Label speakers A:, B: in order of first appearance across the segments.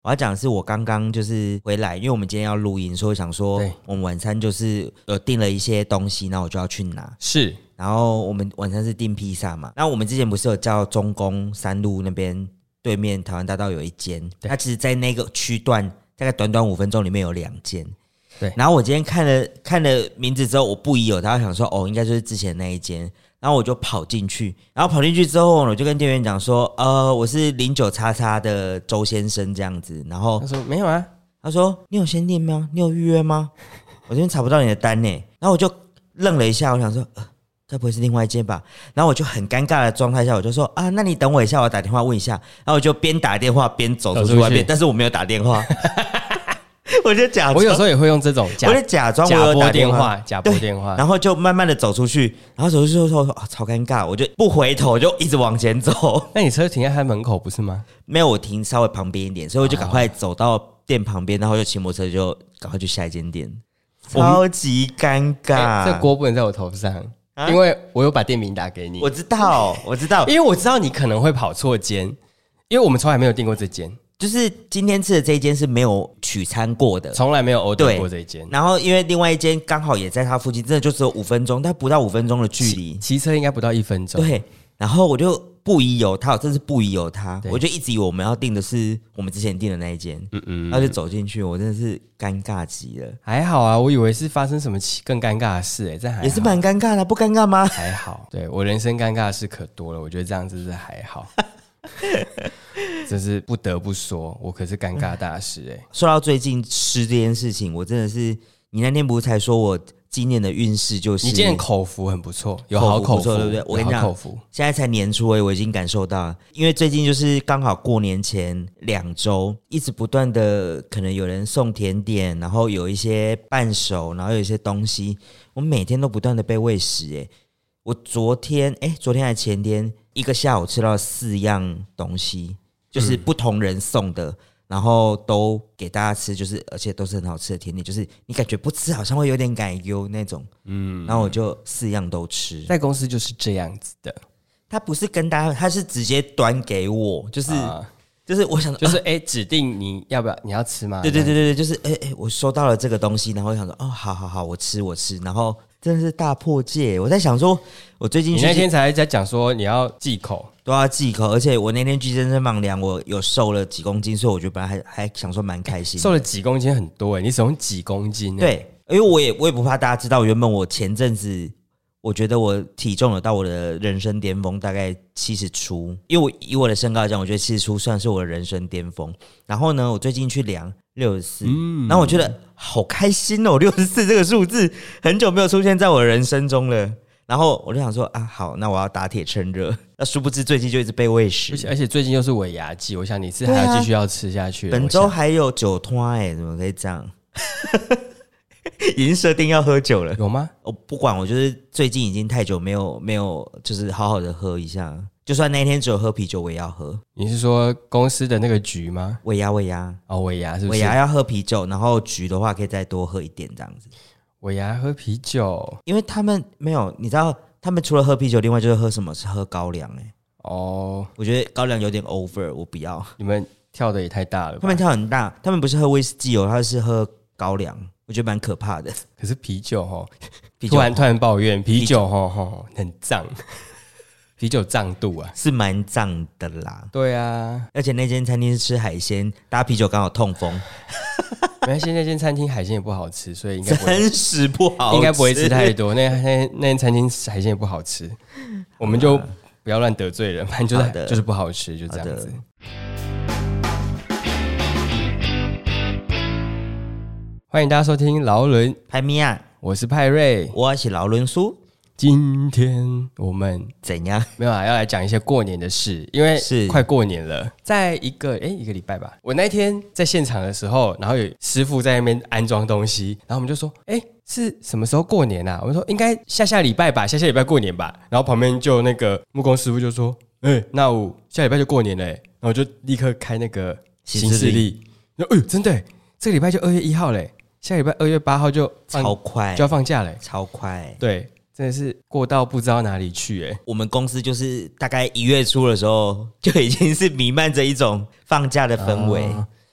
A: 我要讲的是我刚刚就是回来，因为我们今天要录音，所以我想说我们晚餐就是订了一些东西，然后我就要去拿。
B: 是，
A: 然后我们晚餐是订披萨嘛，那我们之前不是有叫中宫三路那边对面台湾大道有一间，它其实在那个区段大概短短5分钟里面有2间。
B: 对，
A: 然后我今天看了名字之后，我不疑有他，想说应该就是之前那一间。然后我就跑进去，之后我就跟店员讲说，我是09XX的周先生这样子。然后
B: 他说没有啊，
A: 他说你有先订吗？你有预约吗？我这边查不到你的单呢。然后我就愣了一下，我想说，该不会是另外一间吧？然后我就很尴尬的状态下，我就说那你等我一下，我打电话问一下。然后我就边打电话边走出去外面，但是我没有打电话。我就假装，
B: 我有时候也会用这种
A: 我就假装我有打电话，
B: 假拨电话，
A: 然后就慢慢的走出去，然后走出去说超尴尬，我就不回头，就一直往前走。
B: 那你车停在他门口不是吗？
A: 没有，我停稍微旁边一点，所以我就赶快走到店旁边，然后就骑摩托车就赶快去下一间店，超级尴尬。
B: 这锅不能在我头上，因为我有把店名打给你。
A: 我知道，
B: 因为我知道你可能会跑错间，因为我们从来没有订过这间。
A: 就是今天吃的这一间是没有取餐过的，
B: 从来没有 order 过这一间。
A: 然后因为另外一间刚好也在它附近，真的就只有5分钟，但不到5分钟的距离，
B: 骑车应该不到1分钟。
A: 对，然后我就不疑有他，真是不疑有他，我就一直以为我们要订的是我们之前订的那一间，然后就走进去，我真的是尴尬极了。
B: 还好啊，我以为是发生什么更尴尬的事这还好，
A: 也是蛮尴尬的，不尴尬吗？
B: 还好，对，我人生尴尬的事可多了，我觉得这样子是还好。真是不得不说，我可是尴尬大师
A: 说到最近吃这件事情，我真的是，你那天不是才说我今年的运势就是，
B: 你今年口福很不错，有好口福，
A: 对不对？我跟你讲，现在才年初而已，我已经感受到了，因为最近就是刚好过年前2周，一直不断的可能有人送甜点，然后有一些伴手，然后有一些东西，我每天都不断的被喂食我昨天还前天一个下午吃到4样东西，就是不同人送的，然后都给大家吃，就是而且都是很好吃的甜点，就是你感觉不吃好像会有点感忧那种，然后我就4样都吃。
B: 在公司就是这样子的，
A: 他不是跟大家，他是直接端给我，就是我想
B: 就是指定你要不要，你要吃吗？
A: 对，就是我收到了这个东西，然后我想说好，我吃，然后真的是大破戒。我在想说，我最近
B: 你那天才在讲说你要忌口，
A: 都要忌口，而且我那天去健身房量，我有瘦了几公斤，所以我觉得本来还想说蛮开心的。
B: 瘦了几公斤很多你总共几公斤
A: 对，因为我也不怕大家知道，原本我前阵子我觉得我体重有到我的人生巅峰，大概70出，因为以我的身高来讲，我觉得70出算是我的人生巅峰。然后呢，我最近去量64，然后我觉得好开心哦，64这个数字很久没有出现在我的人生中了。然后我就想说好，那我要打铁趁热。那殊不知最近就一直被喂食，
B: 而且最近又是尾牙季，我想你是还要继续要吃下去。
A: 本周还有酒托怎么可以这样？已经设定要喝酒了，
B: 有吗？
A: 我不管，我就是最近已经太久没有就是好好的喝一下，就算那一天只有喝啤酒我也要喝。
B: 你是说公司的那个局吗？
A: 尾牙
B: 尾牙是不是？
A: 尾牙要喝啤酒，然后局的话可以再多喝一点这样子。
B: 尾牙喝啤酒，
A: 因为他们没有，你知道他们除了喝啤酒，另外就是喝什么？是喝高粱我觉得高粱有点 over， 我不要。
B: 你们跳的也太大了吧？
A: 他们跳很大，他们不是喝威士忌他是喝高粱，我觉得蛮可怕的。
B: 可是啤酒突然抱怨啤酒很胀，啤酒胀度啊
A: 是蛮胀的啦。
B: 对啊，
A: 而且那间餐厅是吃海鲜，搭啤酒刚好痛风。
B: 没关系，那间餐厅海鲜也不好吃，所以应该
A: 真是不好吃，
B: 应该不会吃太多。那间餐厅海鲜也不好吃，我们就不要乱得罪人，反正就是不好吃，就这样子。欢迎大家收听劳伦
A: 派米亚，
B: 我是派瑞，
A: 我是劳伦苏。
B: 今天我们
A: 怎样？
B: 没有要来讲一些过年的事，因为快过年了，在一个礼拜吧。我那天在现场的时候，然后有师傅在那边安装东西，然后我们就说，是什么时候过年啊？我们说应该下礼拜吧，下礼拜过年吧。然后旁边就那个木工师傅就说，那我下礼拜就过年了然后我就立刻开那个行事历，真的这个礼拜就2月1号嘞，下礼拜2月8号就
A: 超快，
B: 就要放假嘞，
A: 超快，
B: 对。真的是过到不知道哪里去
A: 我们公司就是大概1月初的时候就已经是弥漫着一种放假的氛围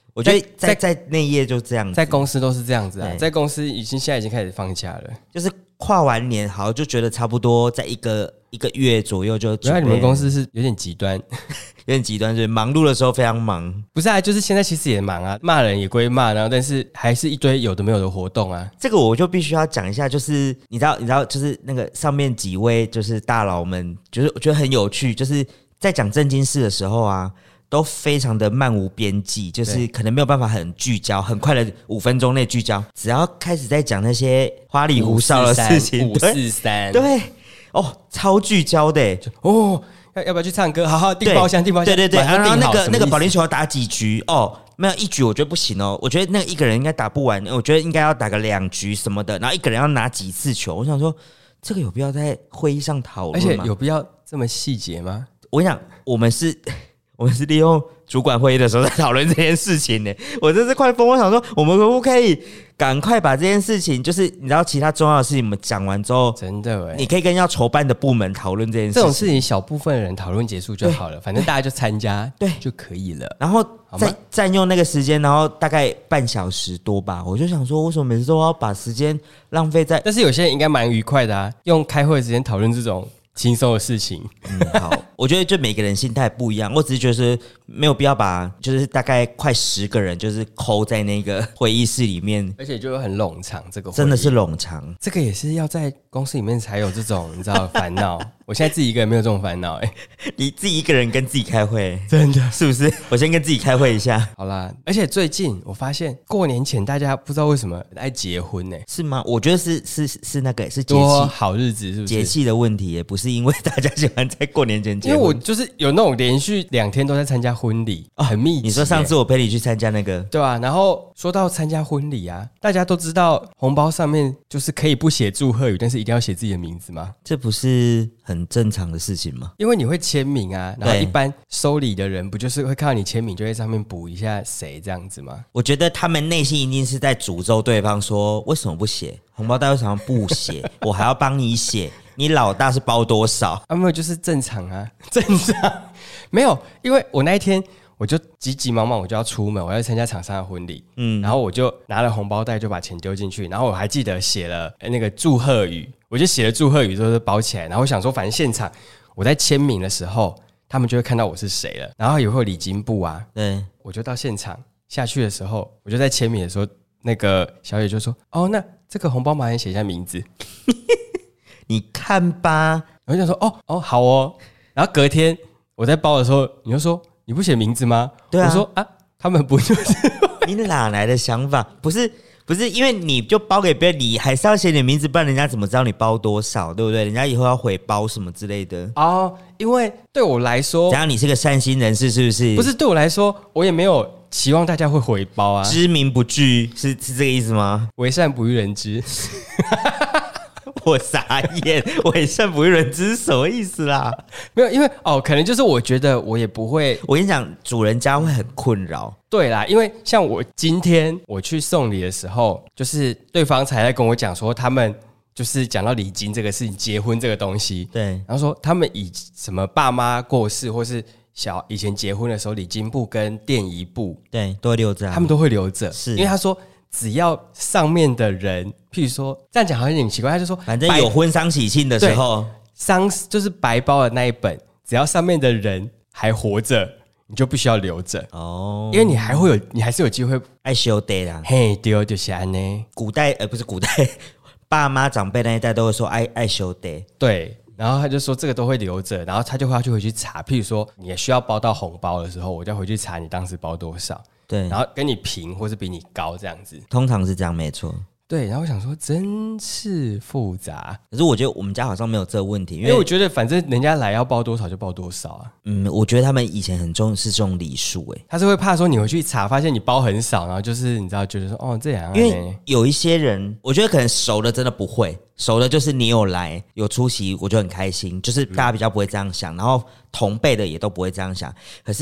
A: 我觉得在内业就这样子，
B: 在公司都是这样子啊，在公司现在已经开始放假了，
A: 就是跨完年好就觉得差不多在一个月左右就。
B: 原来你们公司是有点极端，
A: 有点极端，就是忙碌的时候非常忙。
B: 不是啊，就是现在其实也忙啊，骂人也归骂，然后但是还是一堆有的没有的活动啊。
A: 这个我就必须要讲一下，就是你知道，就是那个上面几位就是大佬们，就是我觉得很有趣，就是在讲正经事的时候啊。都非常的漫无边际，就是可能没有办法很聚焦，很快的5分钟内聚焦。只要开始在讲那些花里胡哨的事情
B: ，543，
A: 对，哦，超聚焦的，
B: 哦，要不要去唱歌？好好订包厢，订包厢，
A: 对，然后那个保龄球要打几局？哦，没有1局，我觉得不行哦，我觉得那个一个人应该打不完，我觉得应该要打个2局什么的，然后一个人要拿几次球？我想说，这个有必要在会议上讨论吗？
B: 而且有必要这么细节吗？
A: 我跟你讲，我们是利用主管会议的时候在讨论这件事情呢。我真是快疯，我想说，我们可不可以赶快把这件事情，就是你知道其他重要的事情，我们讲完之后，
B: 真的
A: 你可以跟要筹办的部门讨论这件事情。
B: 这种事情小部分的人讨论结束就好了，反正大家就参加，
A: 对
B: 就可以了。
A: 然后再占用那个时间，然后大概半小时多吧。我就想说，为什么每次都要把时间浪费在？
B: 但是有些人应该蛮愉快的啊，用开会的时间讨论这种轻松的事情。
A: 好，我觉得就每个人心态不一样，我只是觉得是没有必要把就是大概快10个人就是抠在那个会议室里面，
B: 而且就很冗长，这个会议
A: 真的是冗长，
B: 这个也是要在公司里面才有这种你知道烦恼。我现在自己一个人没有这种烦恼
A: 你自己一个人跟自己开会，
B: 真的
A: 是不是？我先跟自己开会一下。
B: 好啦，而且最近我发现过年前大家不知道为什么爱结婚
A: 是吗？我觉得是那个是节
B: 气
A: 好
B: 日子，是不是
A: 节气的问题？也不是因为大家喜欢在过年前结婚，
B: 因为我就是有那种连续2天都在参加婚礼，很密集。
A: 你说上次我陪你去参加那个，
B: 对啊，然后说到参加婚礼啊，大家都知道红包上面就是可以不写祝贺语，但是一定要写自己的名字吗？
A: 这不是很正常的事情吗？
B: 因为你会签名啊，然后一般收礼的人不就是会看到你签名，就在上面补一下谁这样子吗？
A: 我觉得他们内心一定是在诅咒对方说，为什么不写红包袋？为什么不写？我还要帮你写，你老大是包多少？
B: 没有，就是正常啊，正常。没有，因为我那一天我就急急忙忙，我就要出门，我要参加厂商的婚礼，然后我就拿了红包袋，就把钱丢进去，然后我还记得写了那个祝贺语，我就写了祝贺语之后就包起来，然后我想说，反正现场我在签名的时候，他们就会看到我是谁了，然后也会有礼金簿啊，对，我就到现场下去的时候，我就在签名的时候，那个小姐就说：“哦，那这个红包麻烦写一下名字。”
A: 你看吧，
B: 我就想说：“哦，好哦。”然后隔天我在包的时候，你就说你不写名字吗？对啊，我说啊，他们不就是
A: 你哪来的想法？不是，因为你就包给别人，你还是要写你的名字，不然人家怎么知道你包多少，对不对？人家以后要回包什么之类的
B: 哦。因为对我来说，
A: 只要你是个善心人士，是不是？
B: 不是，对我来说，我也没有期望大家会回包啊。
A: 知名不惧是这个意思吗？
B: 为善不欲人知。
A: 我傻眼，为善不欲人知是什么意思啦？
B: 没有，因为可能就是我觉得我也不会。
A: 我跟你讲，主人家会很困扰。
B: 对啦，因为像我今天我去送礼的时候，就是对方才在跟我讲说，他们就是讲到礼金这个事情，结婚这个东西，对，然后说他们以什么爸妈过世或是以前结婚的时候，礼金簿跟奠仪簿，对，都会留着，他们都会留着，是因为他说。只要上面的人，譬如说这样讲好像有点奇怪，他就说，
A: 反正有婚丧喜庆的时候，
B: 就是白包的那一本，只要上面的人还活着，你就必须要留着哦，因为你还是有机会
A: 爱修day啦，
B: 嘿，对，就是安呢。
A: 古代不是古代，爸妈长辈那一代都会说爱修day，
B: 对。然后他就说这个都会留着，然后他就会回去查，譬如说你也需要包到红包的时候，我就要回去查你当时包多少。对，然后跟你平或是比你高这样子，
A: 通常是这样，没错。
B: 对，然后我想说，真是复杂。
A: 可是我觉得我们家好像没有这个问题，
B: 因为我觉得反正人家来要包多少就包多少啊。
A: 我觉得他们以前很重视这种礼数，
B: 他是会怕说你回去查，发现你包很少，然后就是你知道，觉得说这样。
A: 因为有一些人，我觉得可能熟的真的不会，熟的就是你有来有出席，我就很开心，就是大家比较不会这样想，然后同辈的也都不会这样想。可是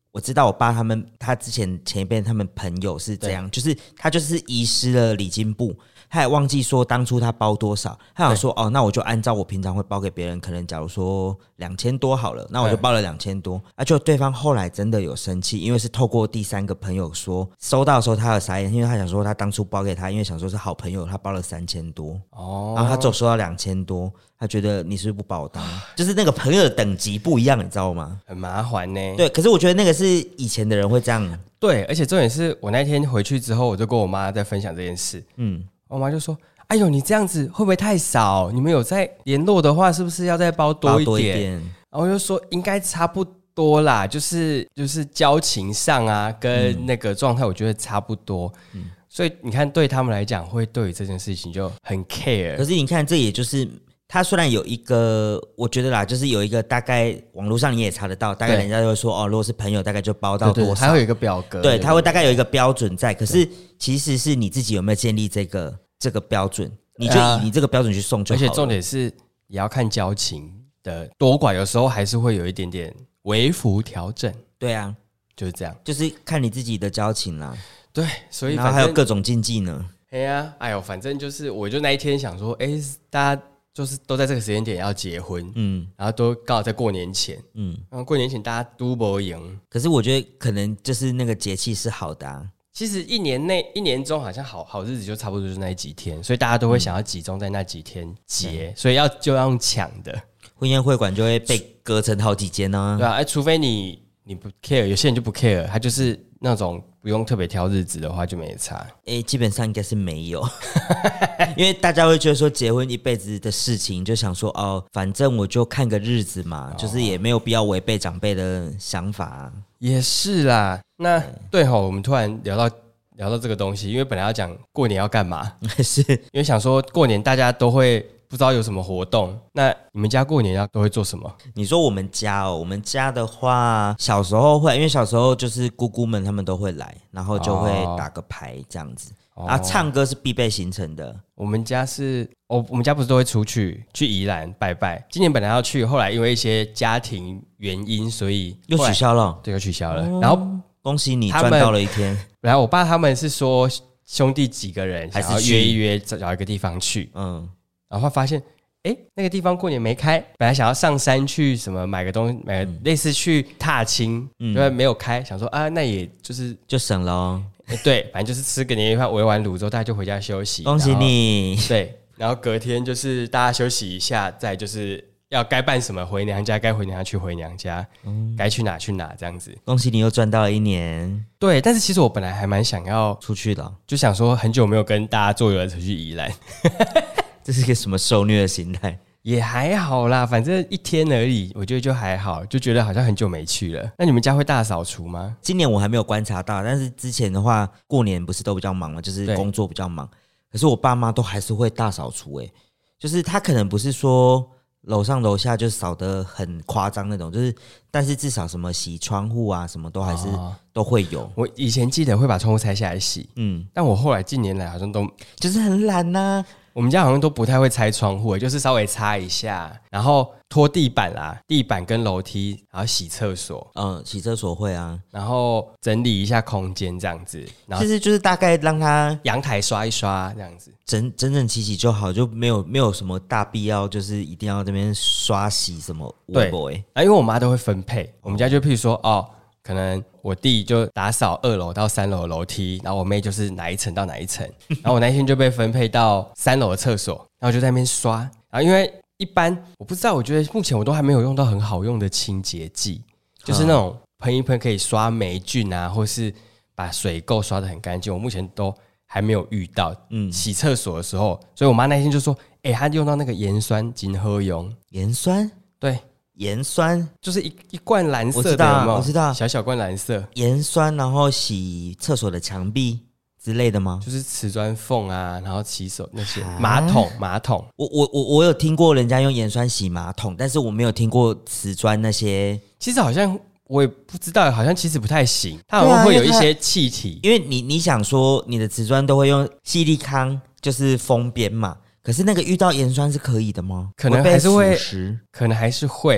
A: 我知道我爸他之前一辈他们朋友是这样，就是他就是遗失了礼金簿，他也忘记说当初他包多少，他想说那我就按照我平常会包给别人，可能假如说2000多好了，那我就包了2000多，就对方后来真的有生气，因为是透过第3个朋友说收到的时候他有傻眼，因为他想说他当初包给他，因为想说是好朋友，他包了3000多，然后他只有收到2000多，他觉得你是不是不把我当，就是那个朋友的等级不一样，你知道吗？
B: 很麻烦呢。
A: 对，可是我觉得那个是以前的人会这样。
B: 对，而且重点是我那天回去之后，我就跟我妈在分享这件事。我妈就说：“哎呦，你这样子会不会太少？你们有在联络的话，是不是要再包多一点？”然后我就说：“应该差不多啦，就是交情上啊，跟那个状态，我觉得差不多。所以你看，对他们来讲，会对于这件事情就很 care。可
A: 是你看，这也就是。他虽然有一个，我觉得啦，就是有一个大概网络上你也查得到，大概人家就会说如果是朋友，大概就包到多少，
B: 还会有一个表格，
A: 对，他会大概有一个标准在。可是其实是你自己有没有建立这个标准，你就以你这个标准去送就好了。
B: 而且重点是也要看交情的多寡，有时候还是会有一点点微幅调整。
A: 对啊，
B: 就是这样，
A: 就是看你自己的交情啦。
B: 对，所以
A: 然后还有各种禁忌呢。
B: 哎呦，反正就是我就那一天想说，大家。就是都在这个时间点要结婚，然后都刚好在过年前，然后过年前大家都不赢。
A: 可是我觉得可能就是那个节气是好的啊。
B: 其实一年中好像好日子就差不多就是那几天，所以大家都会想要集中在那几天结，所以就要用抢的。
A: 婚宴会馆就会被隔成好几间啊。
B: 对啊，除非你不 care， 有些人就不 care， 他就是那种不用特别挑日子的话就没差。
A: 基本上应该是没有，因为大家会觉得说结婚一辈子的事情，就想说反正我就看个日子嘛，就是也没有必要违背长辈的想法啊。
B: 也是啦，那对吼，我们突然聊到这个东西，因为本来要讲过年要干嘛，
A: 是
B: 因为想说过年大家都会。不知道有什么活动，那你们家过年都会做什么？
A: 你说我们家我们家的话，小时候会，因为小时候就是姑姑们他们都会来，然后就会打个牌这样子，然后唱歌是必备行程的。
B: 我们家是我们家不是都会出去宜兰拜拜，今年本来要去，后来因为一些家庭原因，所以
A: 又取消了。
B: 对，又取消了。然后
A: 恭喜你赚到了一天。
B: 然后我爸他们是说兄弟几个人想要约一约，找一个地方去，然后发现，那个地方过年没开，本来想要上山去什么买个东西，买个类似去踏青，因为没有开，想说那也
A: 就省了哦。
B: 对，反正就是吃个年夜饭，围完卤之后，大家就回家休息。
A: 恭喜你。
B: 对，然后隔天就是大家休息一下，再就是要该办什么回娘家，该回娘家去回娘家，该去哪去哪这样子。
A: 恭喜你又赚到了一年。
B: 对，但是其实我本来还蛮想要
A: 出去的，
B: 就想说很久没有跟大家坐游览车去宜兰。
A: 这是一个什么受虐的心态？
B: 也还好啦，反正一天而已，我觉得就还好，就觉得好像很久没去了。那你们家会大扫除吗？
A: 今年我还没有观察到，但是之前的话，过年不是都比较忙嘛，就是工作比较忙。可是我爸妈都还是会大扫除，就是他可能不是说楼上楼下就扫得很夸张那种，就是但是至少什么洗窗户啊，什么都还是都会有。
B: 我以前记得会把窗户拆下来洗，但我后来近年来好像都
A: 就是很懒啊。
B: 我们家好像都不太会拆窗户，就是稍微擦一下，然后拖地板啦，地板跟楼梯，然后洗厕所，
A: 洗厕所会啊，
B: 然后整理一下空间这样子，然后
A: 就是大概让它
B: 阳台刷一刷这样子，
A: 整整齐齐就好，就没有什么大必要，就是一定要这边刷洗什么。
B: 对，因为我妈都会分配，我们家就譬如说可能我弟就打扫2楼到3楼的楼梯，然后我妹就是哪一层到哪一层，然后我那天就被分配到3楼的厕所，然后就在那边刷。然后因为一般我不知道，我觉得目前我都还没有用到很好用的清洁剂，就是那种喷一喷可以刷霉菌啊，或是把水垢刷得很干净，我目前都还没有遇到。洗厕所的时候，所以我妈那天就说，她用到那个盐酸金喝用。
A: 盐酸？对。盐酸
B: 就是一罐蓝色
A: 的，我知道，
B: 小罐蓝色
A: 盐酸，然后洗厕所的墙壁之类的吗？
B: 就是瓷砖缝啊，然后洗手那些马桶。
A: 我有听过人家用盐酸洗马桶，但是我没有听过瓷砖那些。
B: 其实好像我也不知道，好像其实不太行，它好像会有一些气体。
A: 因为你想说你的瓷砖都会用矽利康就是封边嘛。可是那个遇到盐酸是可以的吗？
B: 可能还是会，可能还是会，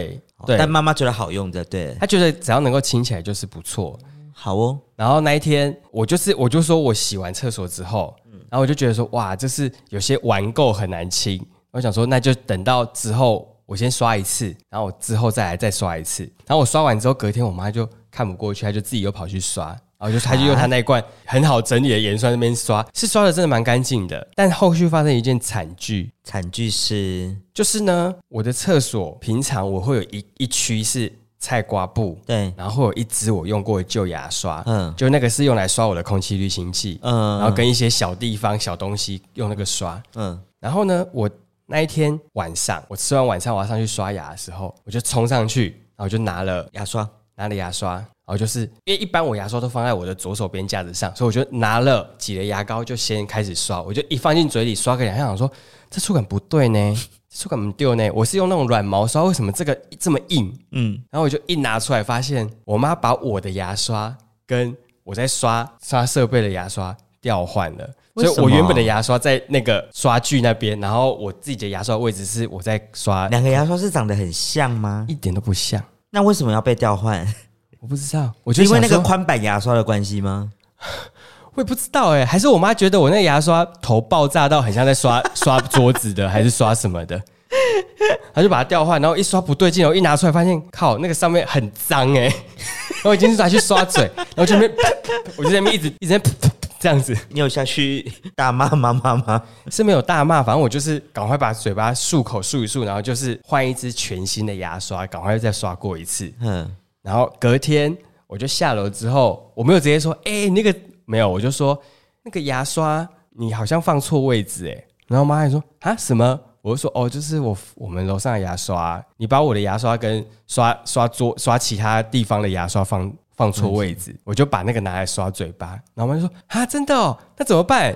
B: 对，
A: 但妈妈觉得好用的，对，
B: 她觉得只要能够清起来就是不错。
A: 好哦。
B: 然后那一天我就说我洗完厕所之后，然后我就觉得说哇，就是有些玩垢很难清，我想说那就等到之后我先刷一次，然后我之后再刷一次。然后我刷完之后，隔天我妈就看不过去，她就自己又跑去刷。然后她就用她那一罐很好整理的盐酸那边刷，是刷的真的蛮干净的。但后续发生一件惨剧，就是呢，我的厕所平常我会有一区是菜瓜布，
A: 对，
B: 然后会有一支我用过的旧牙刷，就那个是用来刷我的空气滤清器，然后跟一些小地方小东西用那个刷，然后呢，我那一天晚上我吃完晚餐我要上去刷牙的时候，我就冲上去，然后我就拿了牙刷。然后就是因为一般我牙刷都放在我的左手边架子上，所以我就拿了挤了牙膏就先开始刷，我就一放进嘴里刷个2下，想说这触感不对呢，这触感不对呢，我是用那种软毛刷，为什么这个这么硬？然后我就一拿出来，发现我妈把我的牙刷跟我在刷设备的牙刷调换了，所以我原本的牙刷在那个刷具那边，然后我自己的牙刷的位置是我在刷。
A: 两个牙刷是长得很像吗？
B: 一点都不像。
A: 那为什么要被调换？
B: 我不知道，我就
A: 因为那个宽板牙刷的关系吗？
B: 我也不知道还是我妈觉得我那个牙刷头爆炸到很像在刷桌子的，还是刷什么的，她就把它调换，然后一刷不对劲，我一拿出来发现，靠，那个上面很脏我已经拿去刷嘴，然后我就在那边一直在这样子。
A: 你有下去大骂妈妈吗？
B: 是没有大骂，反正我就是赶快把嘴巴漱口漱一漱，然后就是换一支全新的牙刷，赶快再刷过一次。然后隔天我就下楼之后，我没有直接说那个没有，我就说那个牙刷你好像放错位置然后妈还说啊什么？我就说就是我们楼上的牙刷，你把我的牙刷跟刷其他地方的牙刷放错位置，我就把那个拿来刷嘴巴。然后妈就说啊真的那怎么办？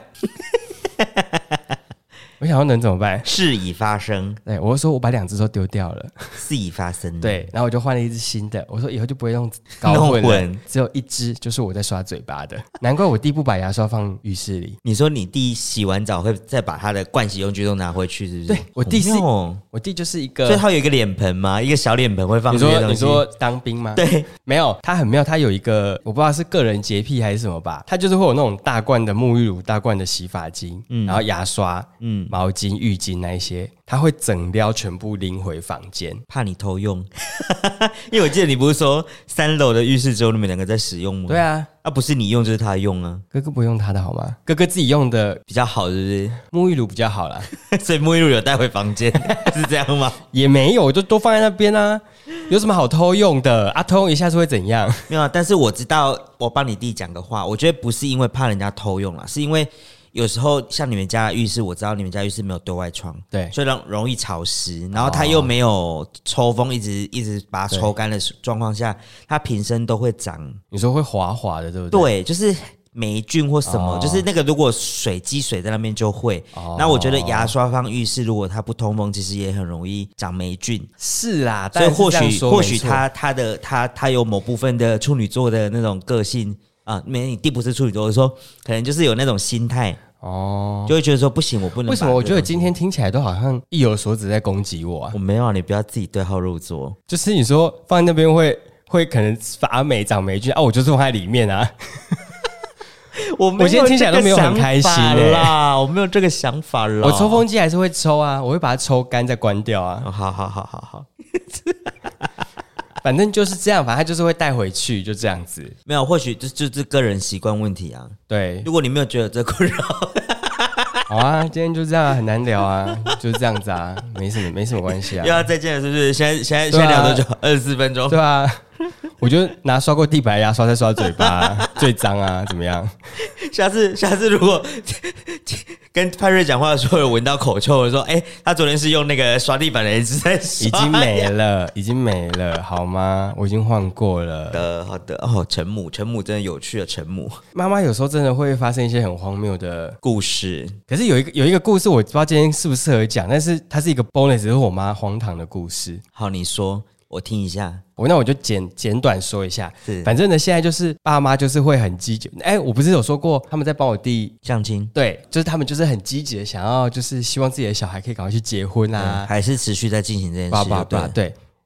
B: 我想要能怎么办？
A: 事已发生。
B: 对，我就说我把2只都丢掉了，
A: 事已发生。
B: 对，然后我就换了一只新的。我说以后就不会用搞混了，只有1只就是我在刷嘴巴的。难怪我弟不把牙刷放浴室里。
A: 你说你弟洗完澡会再把他的盥洗用具都拿回去，是不是？
B: 对，我弟就是一个，
A: 所以他有一个脸盆吗？一个小脸盆会放这些东西。
B: 你说当兵吗？对，没有，他很妙，他有一个我不知道是个人洁癖还是什么吧，他就是会有那种大罐的沐浴乳、大罐的洗发精，然后牙刷，毛巾、浴巾那一些，他会整撩全部拎回房间，
A: 怕你偷用。因为我记得你不是说3楼的浴室只有你们2个在使用吗？
B: 对啊，
A: 不是你用就是他用啊。
B: 哥哥不用他的好吗？哥哥自己用的
A: 比较好，是不是？
B: 沐浴乳比较好啦。
A: 所以沐浴乳有带回房间，是这样吗？
B: 也没有，就都放在那边啊。有什么好偷用的啊？偷用一下是会怎样？
A: 没有，但是我知道，我帮你弟讲个话，我觉得不是因为怕人家偷用啦，是因为有时候像你们家的浴室，我知道你们家浴室没有对外窗，对，所以容易潮湿，然后它又没有抽风，一直把它抽干的状况下，它瓶身都会长，
B: 你说会滑滑的，对不对？
A: 对，就是霉菌或什么，就是那个如果积水在那边就会。那我觉得牙刷放浴室，如果它不通风，其实也很容易长霉菌。
B: 是啦，
A: 所以或许他有某部分的处女座的那种个性啊，你弟不是处女座，我说可能就是有那种心态。就会觉得说不行，我不能。
B: 为什么我觉得今天听起来都好像意有所指在攻击我啊？
A: 我没有啊，你不要自己对号入座。
B: 就是你说放在那边会可能发霉长霉菌啊，我就是放在里面啊。我今天听起来都没有很开心
A: 啦，我没有这个想法啦。
B: 我抽风机还是会抽啊，我会把它抽干再关掉啊。
A: 好。
B: 反正就是这样，反正他就是会带回去，就这样子。
A: 没有，或许就是个人习惯问题啊。对，如果你没有觉得这困扰，
B: 好啊，今天就这样，很难聊啊，就是这样子啊，没什么关系啊。
A: 又要再见了，是不是？现在聊多久？24分钟。
B: 对啊，我就拿刷过地板的牙刷再刷嘴巴，最脏啊，怎么样？
A: 下次如果跟派瑞讲话的时候有闻到口臭，我说他昨天是用那个刷地板的一直在刷，
B: 已经没了，好吗？我已经换过了。
A: 好的陈母真的有趣的陈母
B: 妈妈有时候真的会发生一些很荒谬的
A: 故事，
B: 可是有一个故事我不知道今天适不适合讲，但是它是一个 bonus， 是我妈荒唐的故事。
A: 好，你说我听一下。
B: 那我就简短说一下。反正呢，现在就是爸妈就是会很积极。我不是有说过他们在帮我弟
A: 相亲？
B: 对，就是他们就是很积极的想要，就是希望自己的小孩可以赶快去结婚啊，
A: 还是持续在进行这件事。
B: 对。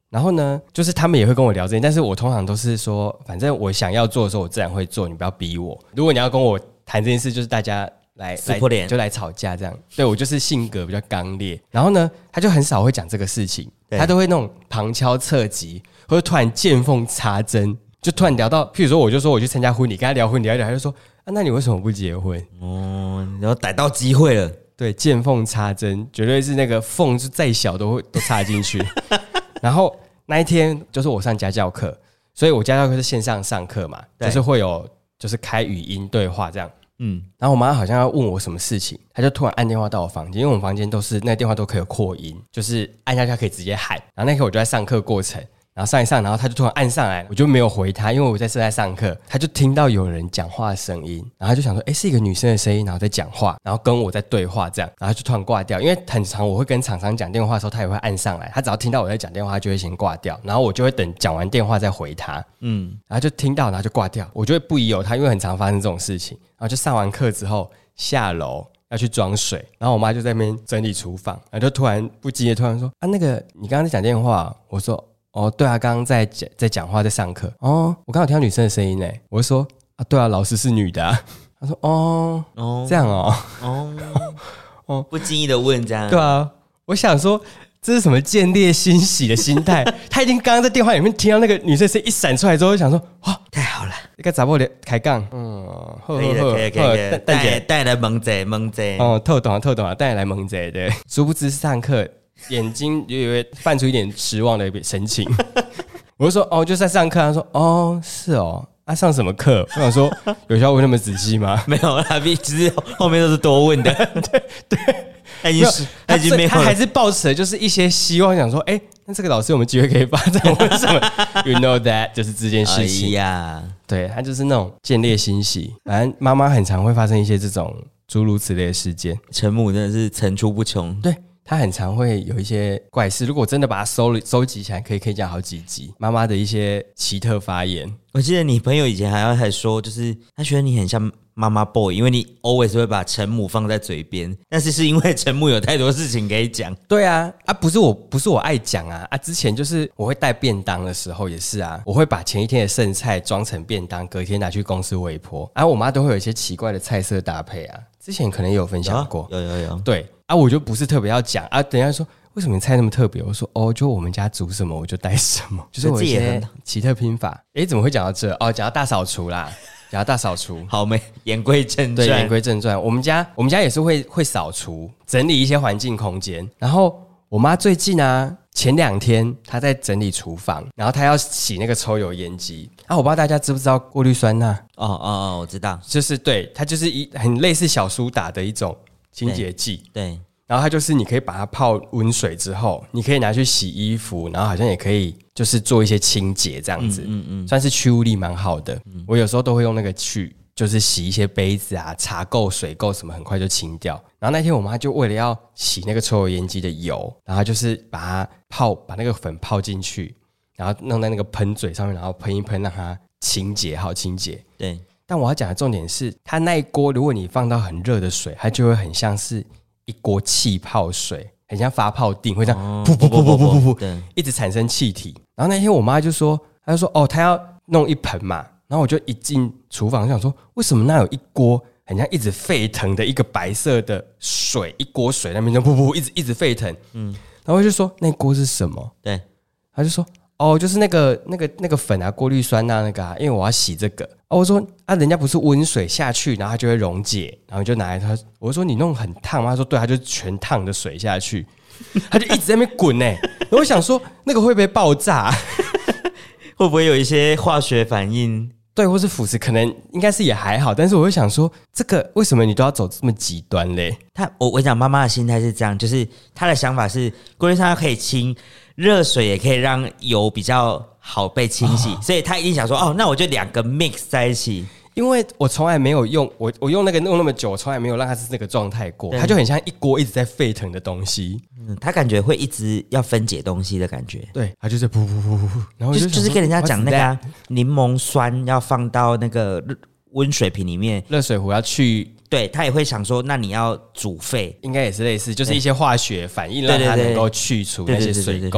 B: 然后呢，就是他们也会跟我聊这些，但是我通常都是说，反正我想要做的时候，我自然会做，你不要逼我。如果你要跟我谈这件事，就是大家来就来吵架这样。对，我就是性格比较刚烈，然后呢，他就很少会讲这个事情，他都会那种旁敲侧击，或者突然见缝插针，就突然聊到，譬如说，我就说我去参加婚礼，跟他聊婚礼，聊一聊，他就说啊，那你为什么不结婚？
A: 哦，然后逮到机会了。
B: 对，见缝插针，绝对是那个缝是再小都插进去。然后那一天就是我上家教课，所以我家教课是线上上课嘛，就是会有就是开语音对话这样。然后我妈好像要问我什么事情，她就突然按电话到我房间，因为我们房间都是那个电话都可以有扩音，就是按下去可以直接喊。然后那天我就在上课过程。然后上一上，然后他就突然按上来，我就没有回他，因为我是在上课。他就听到有人讲话的声音，然后他就想说，是一个女生的声音，然后在讲话，然后跟我在对话这样，然后就突然挂掉。因为很常我会跟厂商讲电话的时候，他也会按上来，他只要听到我在讲电话，他就会先挂掉，然后我就会等讲完电话再回他。然后就听到，然后就挂掉，我就会不疑有他，因为很常发生这种事情。然后就上完课之后下楼要去装水，然后我妈就在那边整理厨房，然后就突然不经意突然说，那个你刚刚在讲电话，我说。对啊，刚刚在讲话，在上课。我刚刚有听到女生的声音呢。我就说啊，对啊，老师是女的啊。他说这样
A: 不经意的问这样。
B: 对啊，我想说这是什么见猎欣喜的心态？他已经刚刚在电话里面听到那个女生声音一闪出来之后，就想说哇，
A: 太好了，
B: 一个查某的开杠，
A: 可以的，带来蒙贼，
B: 透懂了，带来蒙贼，对，殊不知上课。眼睛就以为泛出一点失望的神情，我就说就在上课。他说是上什么课？我想说有需要问那么仔细吗？
A: 没有啦，其实后面都是多问的。
B: 对，他已经没有，他还是抱持的就是一些希望，想说那这个老师有没有机会可以发展？为什么 ？You know that 就是这件事情呀。对，他就是那种见猎欣喜，反正妈妈很常会发生一些这种诸如此类的事件。
A: 陈母真的是层出不穷。
B: 对。他很常会有一些怪事，如果真的把它收集起来，可以讲好几集。妈妈的一些奇特发言，
A: 我记得你朋友以前还说，就是他觉得你很像妈妈 boy， 因为你 always 会把陈母放在嘴边，但是因为陈母有太多事情可以讲。
B: 对啊，不是我爱讲啊，之前就是我会带便当的时候也是啊，我会把前一天的剩菜装成便当，隔天拿去公司微波。我妈都会有一些奇怪的菜色搭配啊，之前可能也有分享过，
A: 有，
B: 对。我就不是特别要讲啊，等一下说为什么你菜那么特别？我说就我们家煮什么我就带什么，就是我一些奇特拼法。怎么会讲到这？讲到大扫除啦，讲到大扫除。
A: 好，言归正传。
B: 对，言归正传。我们家也是会扫除，整理一些环境空间。然后我妈最近前2天她在整理厨房，然后她要洗那个抽油烟机。我不知道大家知不知道过滤酸钠？
A: 我知道，
B: 就是对，它就是很类似小苏打的一种清洁剂。
A: 对，
B: 然后它就是你可以把它泡温水之后，你可以拿去洗衣服，然后好像也可以就是做一些清洁这样子，算是去污力蛮好的。我有时候都会用那个去，就是洗一些杯子啊、茶垢、水垢什么，很快就清掉。然后那天我妈就为了要洗那个抽油烟机的油，然后就是把那个粉泡进去，然后弄在那个喷嘴上面，然后喷一喷，让它清洁好清洁。
A: 对。
B: 但我要讲的重点是，它那一锅如果你放到很热的水，它就会很像是一锅气泡水，很像发泡锭，会这样噗噗噗噗噗噗噗，一直产生气体。然后那天我妈就说，她要弄一盆嘛，然后我就一进厨房想说，为什么那有一锅很像一直沸腾的一个白色的水，一锅水那边就噗噗一直沸腾，然后我就说那锅是什么？对，她就说。就是那个粉啊，过滤酸钠那个因为我要洗这个。我说人家不是温水下去，然后它就会溶解，然后就拿来它。我说你弄很烫吗？他说对，他就全烫的水下去，他就一直在那边滚然后我想说那个会不会爆炸？
A: 会不会有一些化学反应？
B: 对，或是腐蚀，可能应该是也还好，但是我会想说，这个为什么你都要走这么极端嘞？
A: 我讲妈妈的心态是这样，就是她的想法是过滤酸可以清，热水也可以让油比较好被清洗，所以她一定想说，那我就2个 mix 在一起。
B: 因为我从来没有用我用那个弄那么久，我从来没有让它是那个状态过，它就很像一锅一直在沸腾的东西。
A: 它感觉会一直要分解东西的感觉。
B: 对，它就是噗噗噗噗噗，然后
A: 就是跟人家讲那个柠檬酸要放到那个温水瓶里面，
B: 热水壶要去。
A: 对，他也会想说，那你要煮沸，
B: 应该也是类似，就是一些化学反应让它能够去除那些水垢。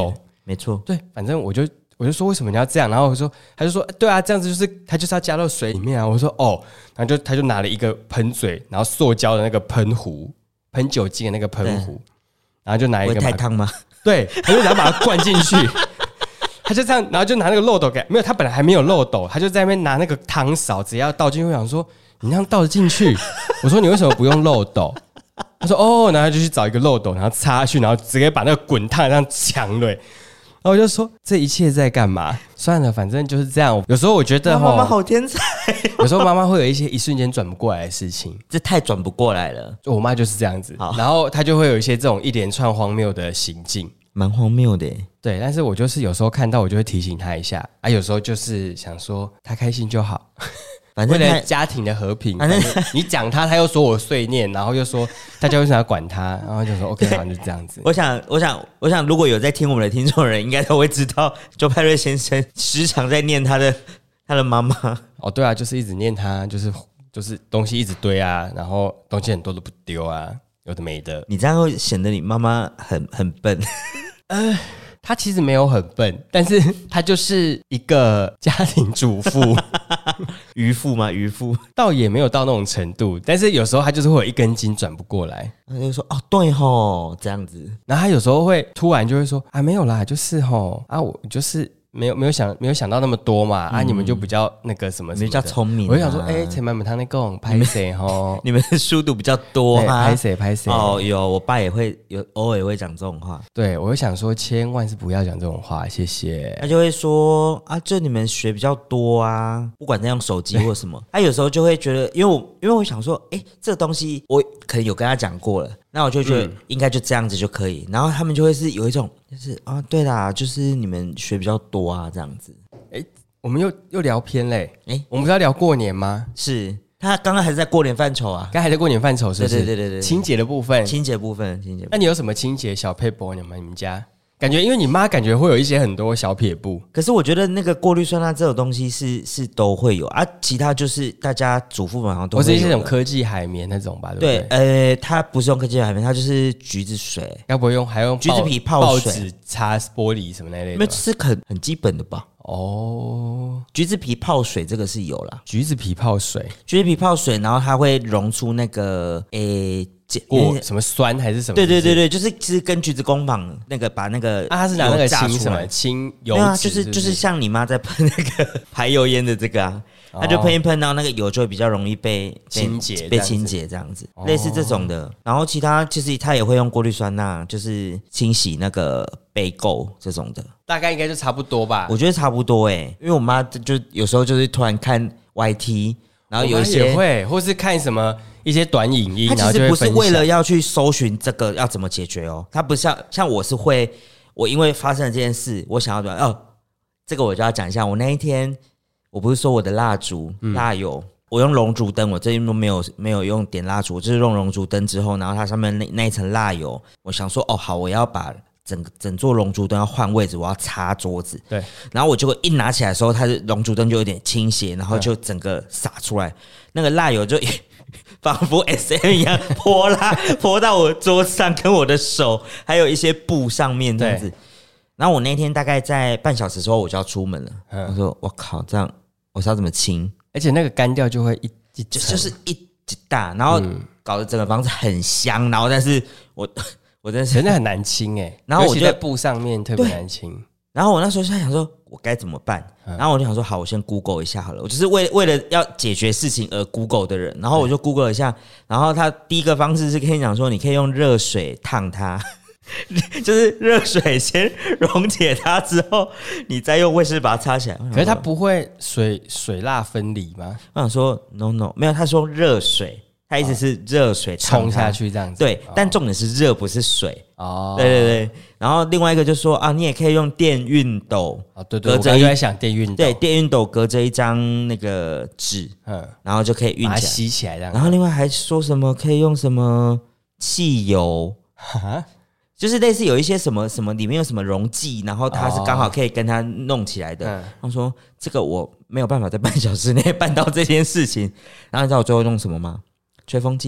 A: 没错。
B: 对，反正我就说为什么你要这样，然后他就说对啊，这样子就是他就是要加到水里面啊。我说哦，然后他就拿了一个喷嘴，然后塑胶的那个喷壶，喷酒精的那个喷壶，然后就拿一个
A: 太烫吗？
B: 对，他就想把它灌进去。他就这样，然后就拿那个漏斗没有，他本来还没有漏斗，他就在那边拿那个汤勺，直接要倒进去。我想说，你这样倒得进去？我说你为什么不用漏斗？他说哦，然后就去找一个漏斗，然后插下去，然后直接把那个滚烫这样抢了。然后我就说这一切在干嘛？算了，反正就是这样。有时候我觉得
A: 妈妈好天才。
B: 有时候妈妈会有一些一瞬间转不过来的事情，
A: 这太转不过来了。
B: 我妈就是这样子，然后她就会有一些这种一连串荒谬的行径。
A: 蛮荒谬的耶。
B: 对，但是我就是有时候看到我就会提醒他一下啊，有时候就是想说他开心就好，反正为了家庭的和平。反正你讲他又说我碎念，然后又说大家为什么要管他，然后就说 OK 好，就这样子。
A: 我想，如果有在听我们的听众人，应该都会知道，周派瑞先生时常在念他的妈妈。
B: 哦，对啊，就是一直念他，就是东西一直堆啊，然后东西很多都不丢啊。有的没的，
A: 你这样会显得你妈妈很笨。
B: 她其实没有很笨，但是她就是一个家庭主妇。
A: 渔夫吗？渔夫
B: 倒也没有到那种程度，但是有时候她就是会有一根筋转不过来，
A: 她就说哦对吼这样子，
B: 然后她有时候会突然就会说啊没有啦，就是吼啊我就是没有想到那么多嘛啊你们就比较那个什么
A: 比较聪明，
B: 我就想说陈满满他那个拍谁吼，
A: 你们书读比较多啊，
B: 拍谁
A: 哦有我爸也会有偶尔会讲这种话，
B: 对我就想说千万是不要讲这种话，谢谢。
A: 他就会说啊这你们学比较多啊，不管在用手机或什么，他有时候就会觉得因为我想说这个东西我可能有跟他讲过了，那我就觉得应该就这样子就可以，然后他们就会是有一种就是啊对啦，就是你们学比较多啊这样子。
B: 我们又聊偏嘞，我们不是要聊过年吗？
A: 是他刚刚还是在过年范畴啊，
B: 刚才还在过年范畴是不是？
A: 对，
B: 清洁的部分，
A: 那
B: 你有什么清洁小撇步你们家？感觉因为你妈感觉会有一些很多小撇步，
A: 可是我觉得那个过滤酸钠这种东西是都会有啊，其他就是大家主妇们好像都会有，
B: 或是一些那种科技海绵那种吧，对不对？
A: 对，它不是用科技海绵，它就是橘子水，
B: 要不还用
A: 橘子皮泡水，
B: 报纸擦玻璃什么那类的，
A: 那是很基本的吧？
B: 哦，
A: 橘子皮泡水这个是有啦，
B: 橘子皮泡水，
A: 然后它会溶出那个
B: 什么酸还是什么？
A: 对，就是跟橘子工坊那个把那个
B: 他是拿那个清什么清油脂，
A: 就是像你妈在喷那个排油烟的这个啊，他就喷一喷，然后那个油就会比较容易被清洁这样子，类似这种的。然后其他其实他也会用过滤酸钠，就是清洗那个杯垢这种的，
B: 大概应该就差不多吧。
A: 我觉得差不多因为我妈就有时候就是突然看 YT， 然后有一些
B: 也会或是看什么。一些短影音，
A: 他其实不是为了要去搜寻这个要怎么解决他不像我是会，我因为发生了这件事，我想要这个我就要讲一下，我那一天我不是说我的蜡油，我用龙烛灯，我最近都没有用点蜡烛，就是用龙烛灯之后，然后它上面那一层蜡油，我想说好，我要把整座龙烛灯要换位置，我要擦桌子，
B: 对，
A: 然后我结果一拿起来的时候，它的龙烛灯就有点倾斜，然后就整个洒出来，那个蜡油就仿佛 SM 一样泼到我桌上，跟我的手还有一些布上面这样子。然后我那天大概在半小时之后我就要出门了，我说我靠，这样我是要怎么清？
B: 而且那个干掉就会
A: 就是一大，然后搞得整个房子很香，然后但是我真的
B: 很难清然后我就在布上面特别难清。
A: 然后我那时候就在想说，我该怎么办？然后我就想说，好，我先 Google 一下好了。我就是为了要解决事情而 Google 的人。然后我就 Google 一下，然后他第一个方式是跟你讲说，你可以用热水烫它，就是热水先溶解它之后，你再用卫生纸把它擦起来。
B: 可是它不会水蜡分离吗？
A: 我想说 no， 没有，他说热水。它意思是热水
B: 冲下去这样子，
A: 对，但重点是热不是水哦。对，然后另外一个就说啊，你也可以用电熨斗
B: 对，我刚才想电熨斗，
A: 对，电熨斗隔着一张那个纸，然后就可以熨起来，把它
B: 吸起来这样。
A: 然后另外还说什么可以用什么汽油，就是类似有一些什么里面有什么溶剂，然后它是刚好可以跟它弄起来的。他说这个我没有办法在半小时内办到这件事情，然后你知道我最后用什么吗？吹风机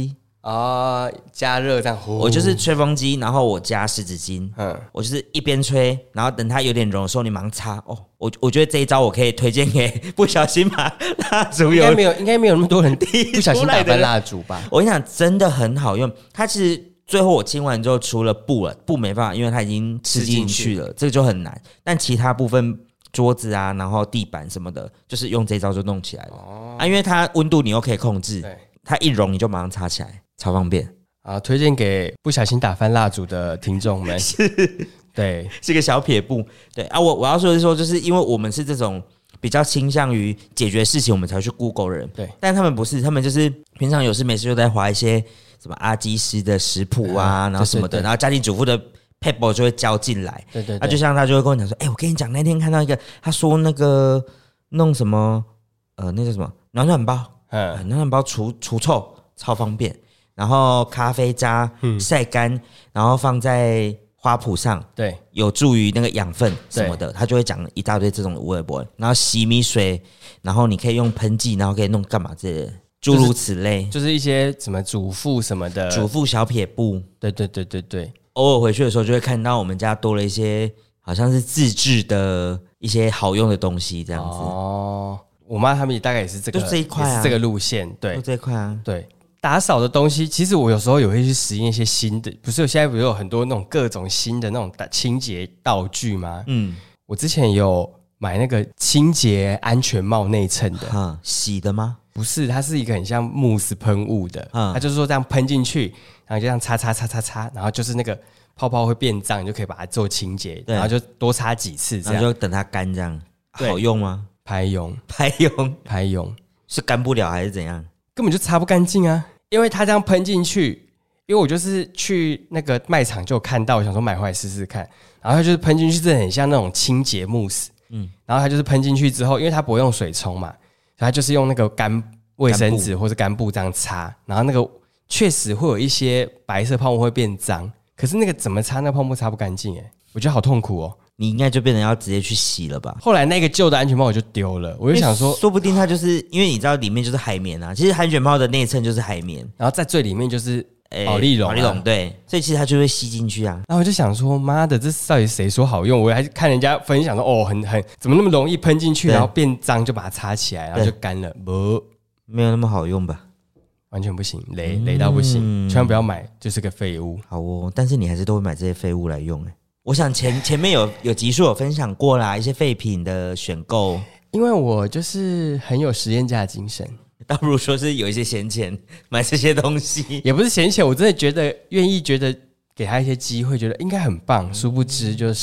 B: 加热这样。
A: 我就是吹风机，然后我加湿纸巾，我就是一边吹，然后等它有点融的时候，你马上擦。我觉得这一招我可以推荐给不小心把蜡烛
B: 应该没有那么多人不小心打翻蜡烛吧？
A: 我跟你讲，真的很好用。它其实最后我清完之后，除了布没办法，因为它已经吃进去了，这个就很难。但其他部分桌子啊，然后地板什么的，就是用这招就弄起来了。因为它温度你又可以控制，它一融你就马上擦起来，超方便。
B: 推荐给不小心打翻蜡烛的听众们。对，
A: 是个小撇步。对啊，我要说的是说，就是因为我们是这种比较倾向于解决事情，我们才去 Google 人。
B: 对，
A: 但他们不是，他们就是平常有事没事就在滑一些什么阿基师的食谱啊，然后什么的，然后家庭主妇的 paper 就会交进来。
B: 对，
A: 就像他就会跟我讲说，我跟你讲，那天看到一个，他说那个弄什么，那叫什么暖暖包，暖暖包除臭超方便，然后咖啡渣晒干，然后放在花圃上，
B: 对，
A: 有助于那个养分什么的，他就会讲一大堆这种的微博，然后洗米水，然后你可以用喷剂，然后可以弄干嘛之类的，诸如此类，
B: 就是一些什么主妇什么的，
A: 主妇小撇步，
B: 对，
A: 偶尔回去的时候就会看到我们家多了一些好像是自制的一些好用的东西，这样子。
B: 我妈他们大概也是这个，
A: 就这一块啊，
B: 也是这个路线，对，
A: 就这一块啊，
B: 对。打扫的东西，其实我有时候也会去实验一些新的，现在不是有很多那种各种新的那种清洁道具吗？我之前有买那个清洁安全帽内衬的，
A: 洗的吗？
B: 不是，它是一个很像慕斯喷雾的，它就是说这样喷进去，然后就这样擦，然后就是那个泡泡会变脏，你就可以把它做清洁，然后就多擦几次，这样
A: 然后就等它干，这样好用吗？
B: 拍用
A: 是干不了还是怎样？
B: 根本就擦不干净啊！因为它这样喷进去，因为我就是去那个卖场就有看到，我想说买回来试试看，然后它就是喷进去，真的很像那种清洁慕斯，然后它就是喷进去之后，因为它不会用水冲嘛，它就是用那个干卫生纸或是干布这样擦，然后那个确实会有一些白色泡沫会变脏，可是那个怎么擦那个泡沫擦不干净我觉得好痛苦哦。
A: 你应该就变成要直接去洗了吧？
B: 后来那个旧的安全帽我就丢了，我就想说，
A: 说不定它就是因为你知道里面就是海绵啊，其实安全帽的内衬就是海绵，
B: 然后在最里面就是保丽龙，
A: 对，所以其实它就会吸进去啊。
B: 然后我就想说，妈的，这到底谁说好用？我还看人家分享说，很怎么那么容易喷进去，然后变脏就把它擦起来，然后就干了，
A: 没有那么好用吧？
B: 完全不行，雷到不行，千万不要买，就是个废物。
A: 好哦，但是你还是都会买这些废物来用我想前面有集数有分享过啦，一些废品的选购，
B: 因为我就是很有实验家的精神，
A: 倒不如说是有一些闲钱买这些东西，
B: 也不是闲钱，我真的觉得觉得给他一些机会，觉得应该很棒，殊不知就是，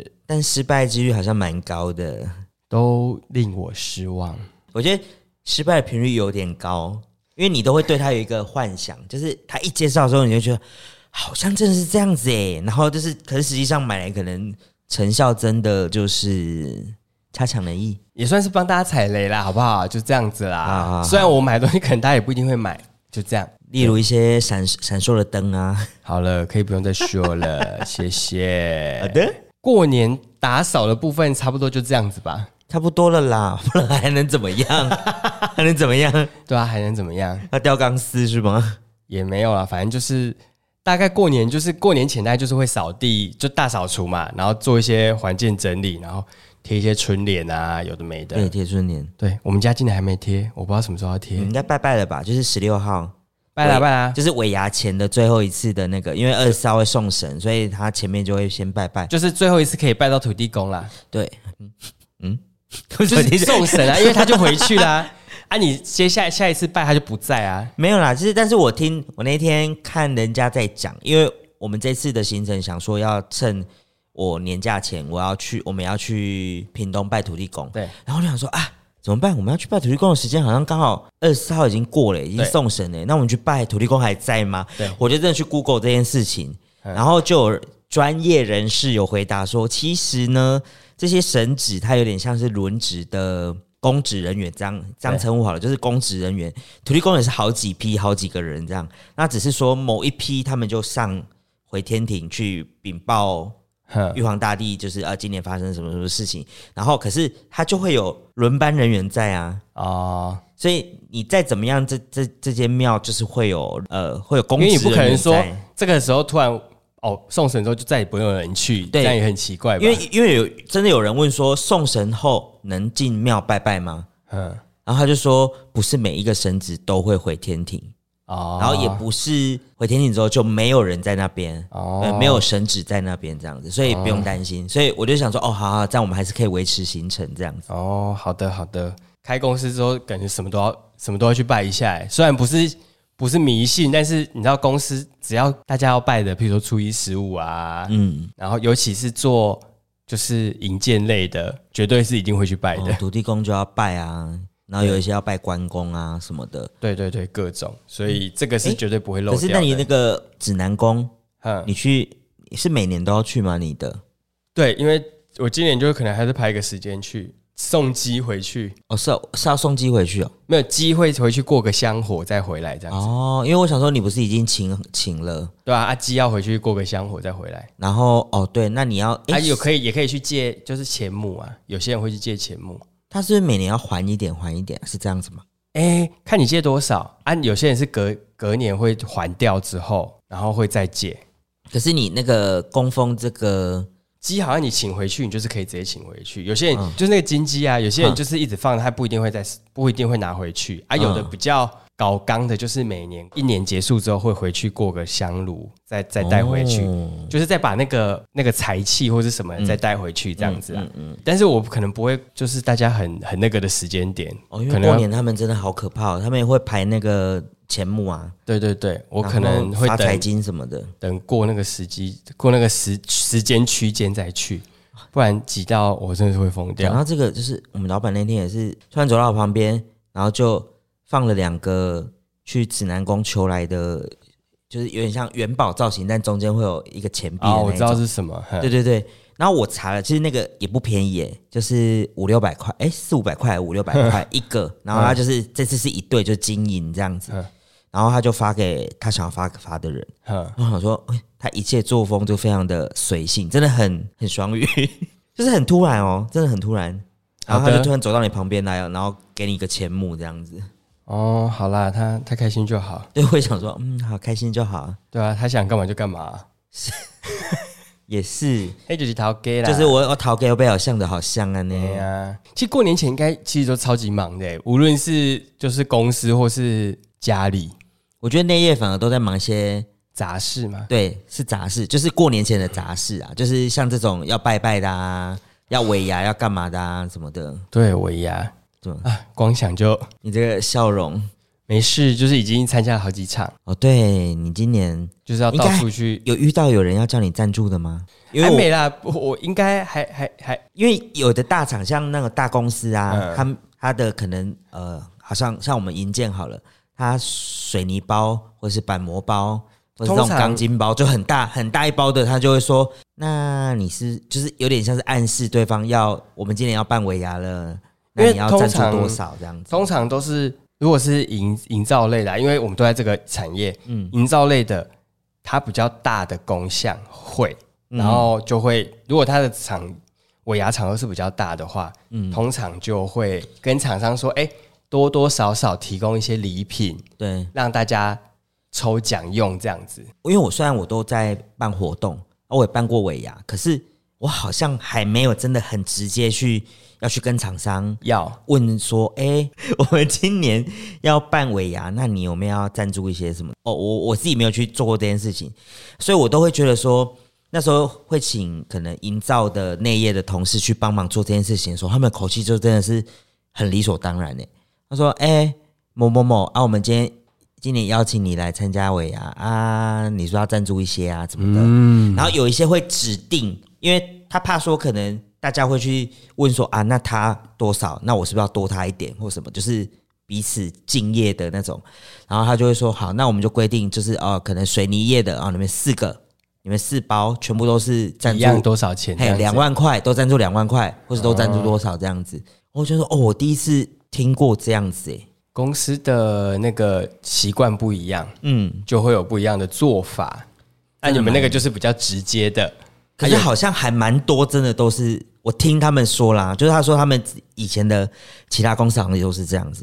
A: 但失败几率好像蛮高的，
B: 都令我失望。
A: 我觉得失败的频率有点高，因为你都会对他有一个幻想，就是他一介绍的时候，你就觉得。好像真的是这样子然后就是，可是实际上买来可能成效真的就是差强人意，
B: 也算是帮大家踩雷啦，好不好？就这样子啦。虽然我买的东西可能大家也不一定会买，就这样。
A: 例如一些闪烁的灯啊。
B: 好了，可以不用再说了，谢谢。
A: 好的，
B: 过年打扫的部分差不多就这样子吧。
A: 差不多了啦，不然还能怎么样？还能怎么样？
B: 对啊，还能怎么样？
A: 要吊钢丝是吗？
B: 也没有啦，反正就是。大概过年就是过年前，大概就是会扫地，就大扫除嘛，然后做一些环境整理，然后贴一些春联啊，有的没的。
A: 对，贴春联。
B: 对，我们家今年还没贴，我不知道什么时候要贴。
A: 应该拜了吧？就是16号。
B: 拜啦，
A: 就是尾牙前的最后一次的那个，因为24号会送神，所以他前面就会先拜，
B: 就是最后一次可以拜到土地公啦。
A: 对，
B: 就是送神啊，因为他就回去啦。你下一次拜他就不在啊？
A: 没有啦，但是我那天看人家在讲，因为我们这次的行程想说要趁我年假前，我们要去屏东拜土地公。
B: 对，
A: 然后我就想说怎么办？我们要去拜土地公的时间好像刚好24号已经过了，已经送神了。那我们去拜土地公还在吗？
B: 对，
A: 我就真的去 Google 这件事情，然后就有专业人士有回答说，其实呢，这些神职它有点像是轮值的。公职人员这样称呼好了，就是公职人员，土地公也是好几批好几个人这样，那只是说某一批他们就上回天庭去禀报玉皇大帝，就是今年发生什么事情，然后可是他就会有轮班人员在所以你再怎么样，这间庙就是会有公职人员在，
B: 因为你不可能说这个时候突然送神之后就再也不用有人去，这样也很奇怪吧？
A: 因为真的有人问说，送神后能进庙拜拜吗？然后他就说，不是每一个神职都会回天庭。然后也不是回天庭之后就没有人在那边，没有神职在那边这样子，所以不用担心。所以我就想说，好，这样我们还是可以维持行程这样子。
B: 好的。开公司之后，感觉什么都要去拜一下。虽然不是迷信，但是你知道，公司只要大家要拜的，譬如说初一十五啊，然后尤其是做就是营建类的，绝对是一定会去拜的。
A: 土地公就要拜啊。然后有一些要拜关公啊什么的，
B: 对，各种，所以这个是绝对不会漏掉的。
A: 可是那你那个指南宫，你是每年都要去吗？你的？
B: 对，因为我今年就可能还是排一个时间去送鸡回去。
A: 是要送鸡回去哦？
B: 没有鸡会回去过个香火再回来这样子。
A: 因为我想说你不是已经请了？
B: 对啊，鸡要回去过个香火再回来。
A: 然后对，那你要
B: 也可以去借，就是钱母啊，有些人会去借钱母。
A: 他是不是每年要还一点，是这样子吗？
B: 看你借多少啊。有些人是隔年会还掉之后，然后会再借。
A: 可是你那个供奉这个
B: 鸡，好像你请回去，你就是可以直接请回去。有些人就是那个金鸡啊，有些人就是一直放，他不一定会拿回去啊。有的比较搞纲的，就是每年一年结束之后会回去过个香炉，再带回去，就是再把那个财气或是什么再带回去这样子啊。但是我可能不会，就是大家很那个的时间点，
A: 因为过年他们真的好可怕，他们也会排那个钱目啊。
B: 对，我可能会
A: 发财金什么的，
B: 等过那个时间区间再去，不然挤到我真的是会疯掉。
A: 然后这个就是我们老板那天也是突然走到我旁边，然后就放了2个去指南宫求来的，就是有点像元宝造型，但中间会有一个钱币的那种。
B: 我知道是什么。
A: 对。然后我查了，其实那个也不便宜耶，就是500-600块，400-500块，500-600块一个。然后他就是这次是一对，就金银这样子。然后他就发给他想要发的人。我想说，他一切作风就非常的随性，真的很双语，就是很突然哦，真的很突然。然后他就突然走到你旁边来，然后给你一个钱目这样子。
B: 好啦，他开心就好。
A: 对，我也想说，好开心就好。
B: 对啊，他想干嘛就干嘛。
A: 也是，
B: 就是逃给啦，
A: 就是我逃给我被好像的好像啊那
B: 样。其实过年前应该其实都超级忙的，无论是就是公司或是家里，
A: 我觉得内业反而都在忙一些
B: 杂事嘛。
A: 对，是杂事，就是过年前的杂事啊，就是像这种要拜拜的啊，要尾牙要干嘛的啊什么的。
B: 对，尾牙。光想就
A: 你这个笑容
B: 没事，就是已经参加了好几场。
A: 对，你今年
B: 就是要到处去。
A: 有遇到有人要叫你赞助的吗？
B: 因为还没啦，我应该还
A: 因为有的大厂像那个大公司啊，他的可能好像我们营建好了，他水泥包或是板模包或是这种钢筋包就很大一包的，他就会说，那你是就是有点像是暗示对方我们今年要办尾牙了。那你要赞助多少这样子？
B: 通常都是，如果是营造类的，因为我们都在这个产业，营造类的，它比较大的工项会，然后就会，如果它的尾牙场合是比较大的话，通常就会跟厂商说，多多少少提供一些礼品，
A: 对，
B: 让大家抽奖用这样子。
A: 因为虽然我都在办活动，我也办过尾牙，可是我好像还没有真的很直接要去跟厂商问说，我们今年要办尾牙，那你有没有要赞助一些什么？我自己没有去做过这件事情，所以我都会觉得说，那时候会请可能营造的内业的同事去帮忙做这件事情的时候，他们的口气就真的是很理所当然。他说，某某某啊，我们今年邀请你来参加尾牙啊，你说要赞助一些啊什么的，然后有一些会指定，因为他怕说可能大家会去问说啊，那他多少？那我是不是要多他一点或什么？就是彼此敬业的那种。然后他就会说好，那我们就规定就是可能水泥业的你们4包全部都是赞助
B: 一样多少钱
A: ？2万块都赞助2万块，或者都赞助多少这样子。我就说我第一次听过这样子
B: 公司的那个习惯不一样，就会有不一样的做法。那你们那个就是比较直接的。
A: 可是好像还蛮多，真的都是我听他们说啦，就是他说他们以前的其他公司好像也都是这样子。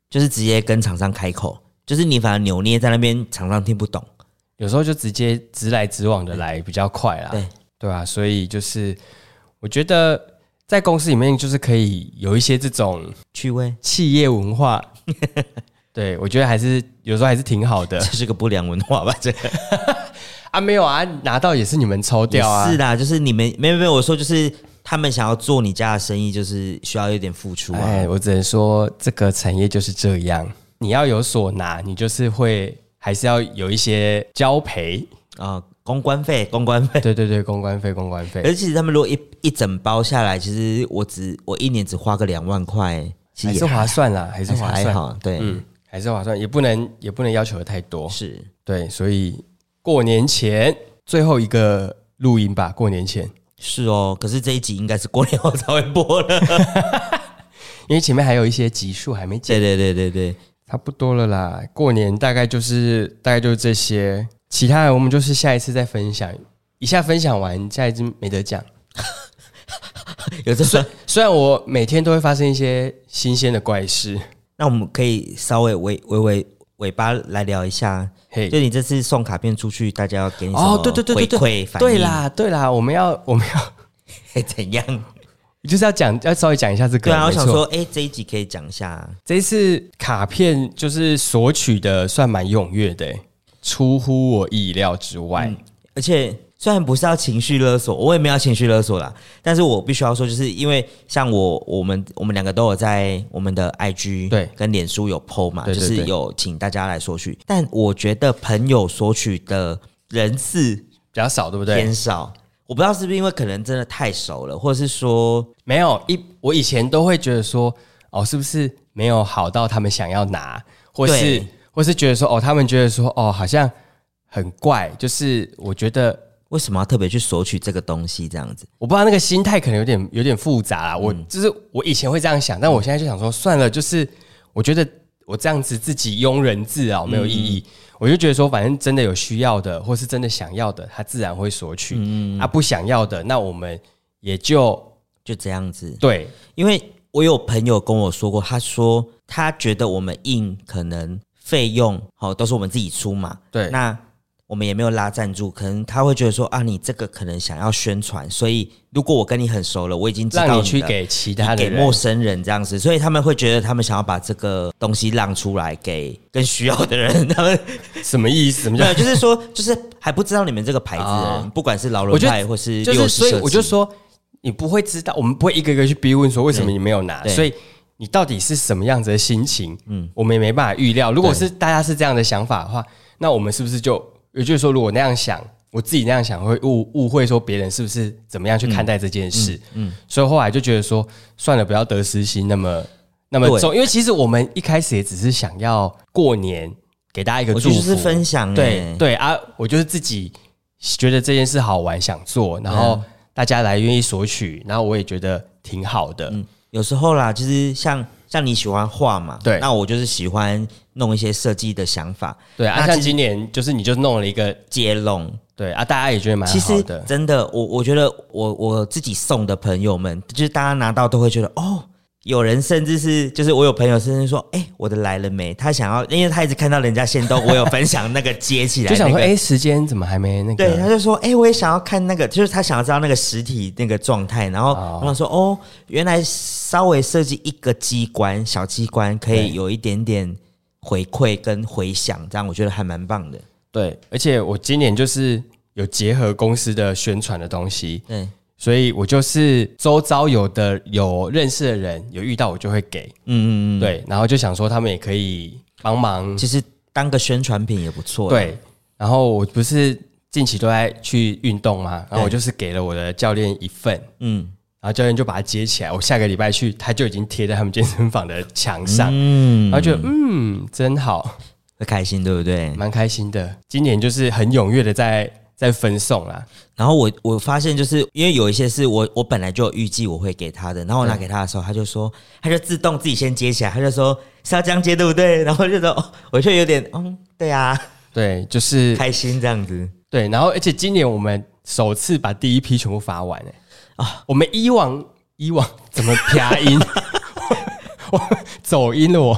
A: 就是直接跟厂商开口，就是你反而扭捏在那边，厂商听不懂。
B: 有时候就直接直来直往的来比较快啦。对啊，所以就是我觉得在公司里面就是可以有一些这种
A: 趣味
B: 企业文化。对，我觉得还是有时候还是挺好的。
A: 这是个不良文化吧？这个
B: 啊，没有啊，拿到也是你们抽掉啊。
A: 是啦，就是你们没有，我说就是他们想要做你家的生意，就是需要有点付出啊。
B: 我只能说这个产业就是这样，你要有所拿，你就是会还是要有一些交赔
A: 啊。公关费，对，
B: 公关费。
A: 而且他们如果一整包下来，其实我一年只花个2万块，
B: 还是划算啦，还是划算，
A: 还好，对，
B: 还是划算，也不能要求的太多，
A: 是对，
B: 所以过年前最后一个录音吧，过年前
A: 是哦，可是这一集应该是过年后才会播了，
B: 因为前面还有一些集数还没剪，
A: 对，
B: 差不多了啦，过年大概就是这些。其他的我们就是下一次再分享一下，分享完下一次没得讲。
A: 有这
B: 虽然我每天都会发生一些新鲜的怪事，
A: 那我们可以稍微尾巴来聊一下。就你这次送卡片出去，大家要给你什么回馈反应？对啦，
B: 我们要
A: 怎样？
B: 就是要稍微讲一下这个。
A: 对啊，我想说，这一集可以讲一下。
B: 这一次卡片就是索取的算蛮踊跃的。出乎我意料之外，
A: 而且虽然不是要情绪勒索，我也没有情绪勒索啦，但是我必须要说，就是因为像我们两个都有在我们的 IG
B: 对
A: 跟脸书有 po 嘛，
B: 对
A: 就是有请大家来索取，但我觉得朋友索取的人次比
B: 较少，对不对？
A: 偏少，我不知道是不是因为可能真的太熟了，或者是说
B: 没有我以前都会觉得说，是不是没有好到他们想要拿，或是觉得说他们觉得说好像很怪，就是我觉得
A: 为什么要特别去索取这个东西这样子？
B: 我不知道那个心态可能有点复杂啦。我以前会这样想，但我现在就想说算了，就是我觉得我这样子自己庸人自扰没有意义。我就觉得说，反正真的有需要的，或是真的想要的，他自然会索取。不想要的，那我们也就
A: 这样子。
B: 对，
A: 因为我有朋友跟我说过，他说他觉得我们印可能费用都是我们自己出嘛，
B: 对，
A: 那我们也没有拉赞助，可能他会觉得说你这个可能想要宣传，所以如果我跟你很熟了，我已经知道
B: 让你去给其他的人，
A: 给陌生人这样子，所以他们会觉得他们想要把这个东西让出来给更需要的人。他们
B: 什么意思？什么叫？
A: 就是说，就是还不知道你们这个牌子的人，不管是劳伦派或是六十设计，
B: 所以我就说你不会知道，我们不会一个一个去逼问说为什么你没有拿，所以。你到底是什么样子的心情？我们也没办法预料。如果是大家是这样的想法的话，那我们是不是也就是说，如果那样想，我自己那样想，会误会说别人是不是怎么样去看待这件事？所以后来就觉得说，算了，不要得失心那么重，因为其实我们一开始也只是想要过年给大家一个祝福，
A: 就是分享。
B: 对啊，我就是自己觉得这件事好玩，想做，然后大家来愿意索取，然后我也觉得挺好的。
A: 有时候啦，就是像你喜欢画嘛，
B: 对，
A: 那我就是喜欢弄一些设计的想法，
B: 对啊。像今年就是你就弄了一个
A: 接龙，
B: 对啊，大家也觉得蛮好的。
A: 其实真的，我觉得我自己送的朋友们，就是大家拿到都会觉得有人甚至是就是我有朋友甚至说，我的来了没？他想要，因为他一直看到人家限动，我有分享那个接起来，
B: 就想说，时间怎么还没那个？
A: 对，他就说，我也想要看那个，就是他想要知道那个实体那个状态。然后我想说，原来稍微设计一个小机关，可以有一点点回馈跟回响，这样我觉得还蛮棒的。
B: 对，而且我今年就是有结合公司的宣传的东西，对。所以我就是周遭有认识的人有遇到我就会给，对，然后就想说他们也可以帮忙，
A: 其实当个宣传品也不错。
B: 对，然后我不是近期都在去运动嘛，然后我就是给了我的教练一份，然后教练就把它接起来，我下个礼拜去他就已经贴在他们健身房的墙上，然后就真好，
A: 会开心对不对？
B: 蛮开心的，今年就是很踊跃的在分送啦。
A: 然后我发现就是因为有一些是我本来就有预计我会给他的，然后我拿给他的时候，他就说他就自动自己先接起来，他就说是要这样接对不对？然后就说我就有点对啊，
B: 对，就是
A: 开心这样子。
B: 对，然后而且今年我们首次把第一批全部发完我们以往怎么啪音我走音了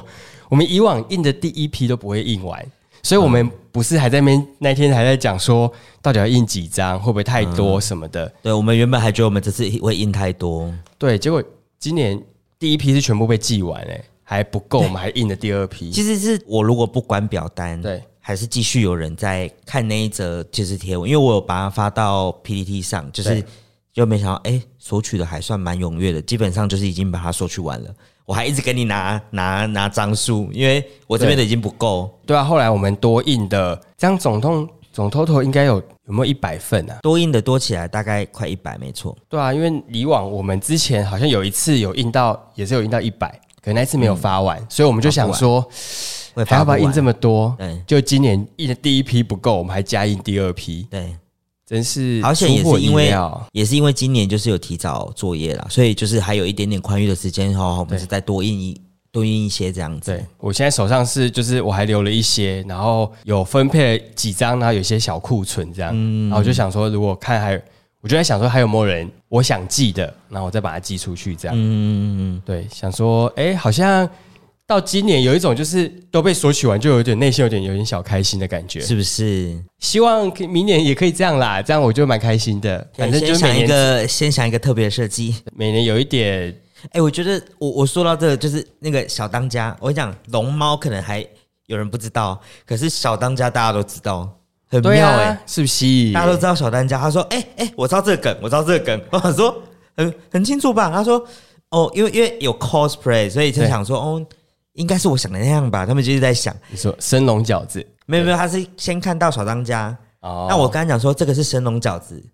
B: 我们以往印的第一批都不会印完，所以我们不是还在那天还在讲说到底要印几张，会不会太多什么的。
A: 对，我们原本还觉得我们这次会印太多，
B: 对，结果今年第一批是全部被寄完还不够，我们还印了第二批。
A: 其实是我如果不关表单，
B: 对，
A: 还是继续有人在看那一则就是贴文，因为我有把它发到 PTT 上，就没想到索取的还算蛮踊跃的，基本上就是已经把它索取完了。我还一直跟你拿张数，因为我这边的已经不够。
B: 对啊，后来我们多印的，这样总 total 应该有没有100份啊？
A: 多印的多起来大概快100，没错。
B: 对啊，因为以往我们之前好像有一次有印到，也是有印到100，可那一次没有发完，所以我们就想说，还要不要印这么多？对，就今年印的第一批不够，我们还加印第二批。
A: 对。
B: 真是
A: 好险，也是因为今年就是有提早作业啦，所以就是还有一点点宽裕的时间，我们是再多印一些这样子。
B: 对，我现在手上就是我还留了一些，然后有分配了几张，然后有一些小库存这样，然后我就想说，如果看我就在想说还有没有人我想寄的，然后我再把它寄出去这样。对，想说好像。到今年有一种就是都被索取完，就有点内心有点小开心的感觉，
A: 是不是？
B: 希望明年也可以这样啦，这样我就蛮开心的。反正就
A: 先想一个特别的设计，
B: 每年有一点。
A: 我觉得我说到这个就是那个小当家，我跟你讲，龙猫可能还有人不知道，可是小当家大家都知道，很妙
B: 是不是？
A: 大家都知道小当家。他说我知道这个梗，我知道这个梗。我想说很清楚吧？他说因为有 cosplay， 所以就想说应该是我想的那样吧，他们就是在想。
B: 你说生龙饺子？
A: 没有，他是先看到小当家。那我刚才讲说这个是生龙饺子。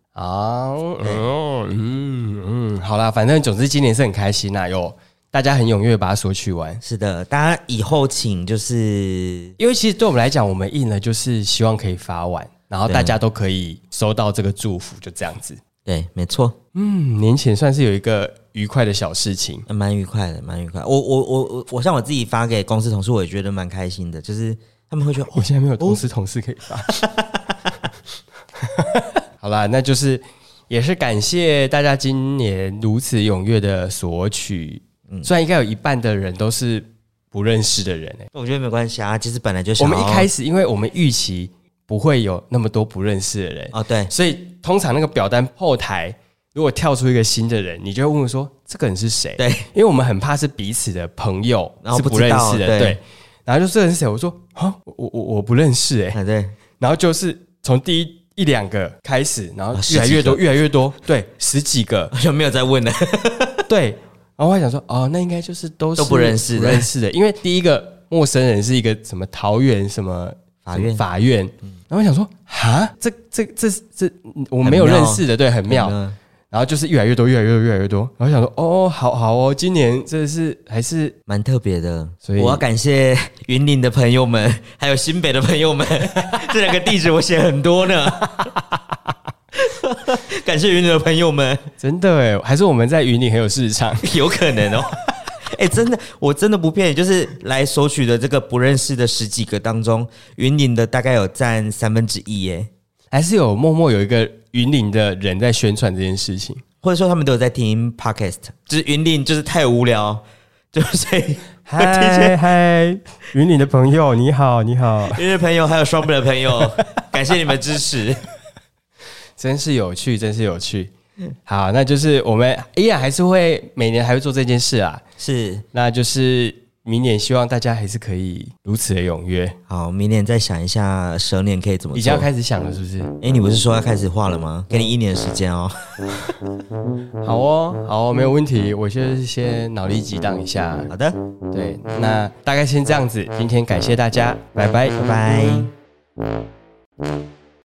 B: 好啦，反正总之今年是很开心啦，有大家很踊跃把它索取完。
A: 是的，大家以后请就是
B: 因为其实对我们来讲，我们印了就是希望可以发完，然后大家都可以收到这个祝福，就这样子。
A: 对，没错。
B: 年前算是有一个愉快的小事情，
A: 蛮愉快的，蛮愉快。我像我自己发给公司同事，我也觉得蛮开心的，就是他们会觉得
B: 我现在没有同事可以发。好啦，那就是也是感谢大家今年如此踊跃的索取。虽然应该有一半的人都是不认识的人
A: 我觉得没关系啊，其实本来就想
B: 我们一开始，因为我们预期不会有那么多不认识的人
A: 对，
B: 所以通常那个表单后台如果跳出一个新的人，你就会问我说这个人是谁？
A: 对，
B: 因为我们很怕是彼此的朋友是不认识的，对。然后就这个人是谁？我说我不认识
A: 对。
B: 然后就是从第一两个开始，然后越来越多，对，10几个
A: 就没有再问了，
B: 对。然后我还想说那应该就是都
A: 不认识
B: 的，因为第一个陌生人是一个什么桃园什么法院，然后我想说这我没有认识的，对，很妙。然后就是越来越多，然后想说好今年真的是还是
A: 蛮特别的，所以我要感谢云林的朋友们，还有新北的朋友们，这两个地址我写很多呢。感谢云林的朋友们，
B: 真的还是我们在云林很有市场，
A: 有可能真的，我真的不骗你，就是来索取的这个不认识的10几个当中，云林的大概有占1/3
B: 还是有默默有一个云林的人在宣传这件事情，
A: 或者说他们都有在听 podcast， 就是云林就是太无聊，就是
B: 嗨，云林的朋友你好，云
A: 林的朋友还有双北的朋友，感谢你们支持，
B: 真是有趣。好，那就是我们依然还是会每年还会做这件事啊，
A: 是，
B: 那就是明年希望大家还是可以如此的踊跃。
A: 好，明年再想一下蛇年可以怎么做，
B: 已经要开始想了是不是？
A: 你不是说要开始画了吗？给你1年的时间
B: 好，没有问题，我就是先脑力激荡一下。
A: 好的，
B: 对，那大概先这样子，今天感谢大家，拜拜。